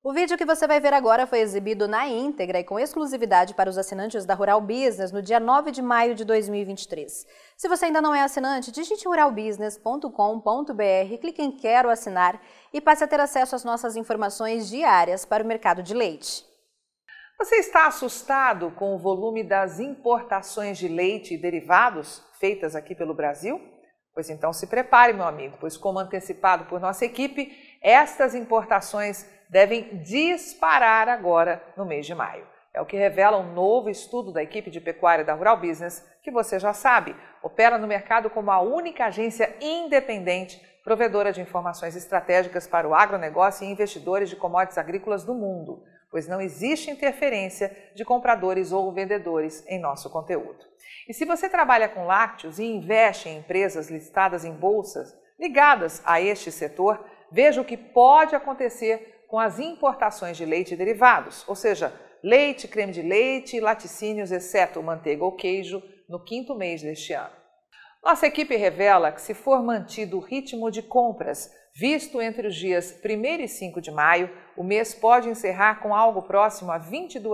O vídeo que você vai ver agora foi exibido na íntegra e com exclusividade para os assinantes da Rural Business no dia 9 de maio de 2023. Se você ainda não é assinante, digite ruralbusiness.com.br, clique em Quero assinar e passe a ter acesso às nossas informações diárias para o mercado de leite. Você está assustado com o volume das importações de leite e derivados feitas aqui pelo Brasil? Pois então se prepare, meu amigo, pois como antecipado por nossa equipe, estas importações devem disparar agora no mês de maio. É o que revela um novo estudo da equipe de pecuária da Rural Business, que você já sabe, opera no mercado como a única agência independente provedora de informações estratégicas para o agronegócio e investidores de commodities agrícolas do mundo, pois não existe interferência de compradores ou vendedores em nosso conteúdo. E se você trabalha com lácteos e investe em empresas listadas em bolsas ligadas a este setor, veja o que pode acontecer com as importações de leite e derivados, ou seja, leite, creme de leite e laticínios, exceto manteiga ou queijo, no 5º mês deste ano. Nossa equipe revela que, se for mantido o ritmo de compras visto entre os dias 1º e 5 de maio, o mês pode encerrar com algo próximo a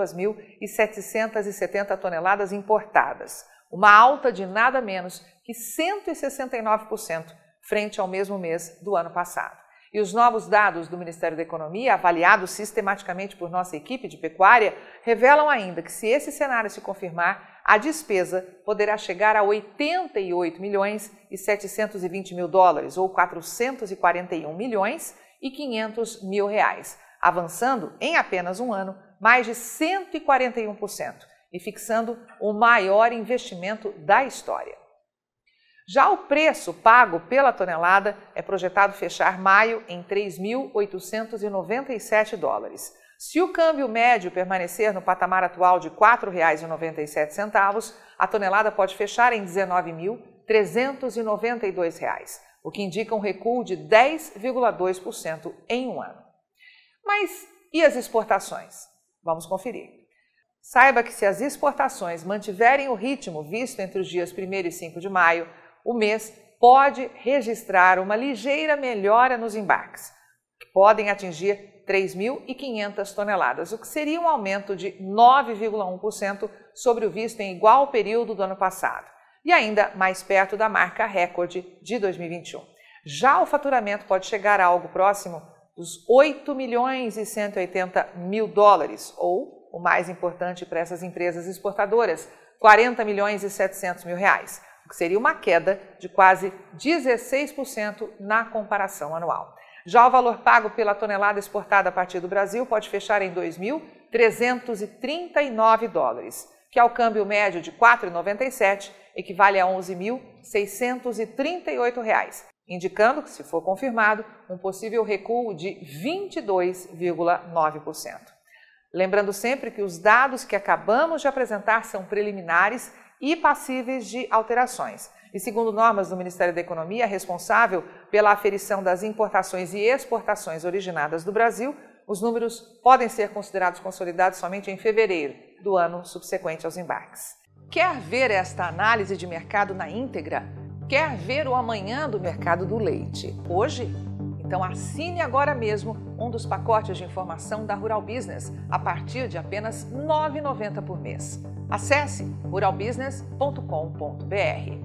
22.770 toneladas importadas, uma alta de nada menos que 169% frente ao mesmo mês do ano passado. E os novos dados do Ministério da Economia, avaliados sistematicamente por nossa equipe de pecuária, revelam ainda que, se esse cenário se confirmar, a despesa poderá chegar a 88 milhões e 720 mil dólares, ou 441 milhões e 500 mil reais, avançando em apenas um ano mais de 141% e fixando o maior investimento da história. Já o preço pago pela tonelada é projetado fechar maio em 3.897 dólares. Se o câmbio médio permanecer no patamar atual de R$ 4,97, a tonelada pode fechar em R$ 19.392, o que indica um recuo de 10,2% em um ano. Mas e as exportações? Vamos conferir. Saiba que, se as exportações mantiverem o ritmo visto entre os dias 1º e 5 de maio, o mês pode registrar uma ligeira melhora nos embarques, que podem atingir 3.500 toneladas, o que seria um aumento de 9,1% sobre o visto em igual período do ano passado, e ainda mais perto da marca recorde de 2021. Já o faturamento pode chegar a algo próximo dos 8 milhões e 180 mil dólares, ou, o mais importante para essas empresas exportadoras, 40 milhões e 700 mil reais, o que seria uma queda de quase 16% na comparação anual. Já o valor pago pela tonelada exportada a partir do Brasil pode fechar em 2.339 dólares, que ao câmbio médio de R$ 4,97 equivale a R$ 11.638, indicando que, se for confirmado, um possível recuo de 22,9%. Lembrando sempre que os dados que acabamos de apresentar são preliminares e passíveis de alterações. E, segundo normas do Ministério da Economia, responsável pela aferição das importações e exportações originadas do Brasil, os números podem ser considerados consolidados somente em fevereiro do ano subsequente aos embarques. Quer ver esta análise de mercado na íntegra? Quer ver o amanhã do mercado do leite hoje? Então assine agora mesmo um dos pacotes de informação da Rural Business a partir de apenas R$ 9,90 por mês. Acesse ruralbusiness.com.br.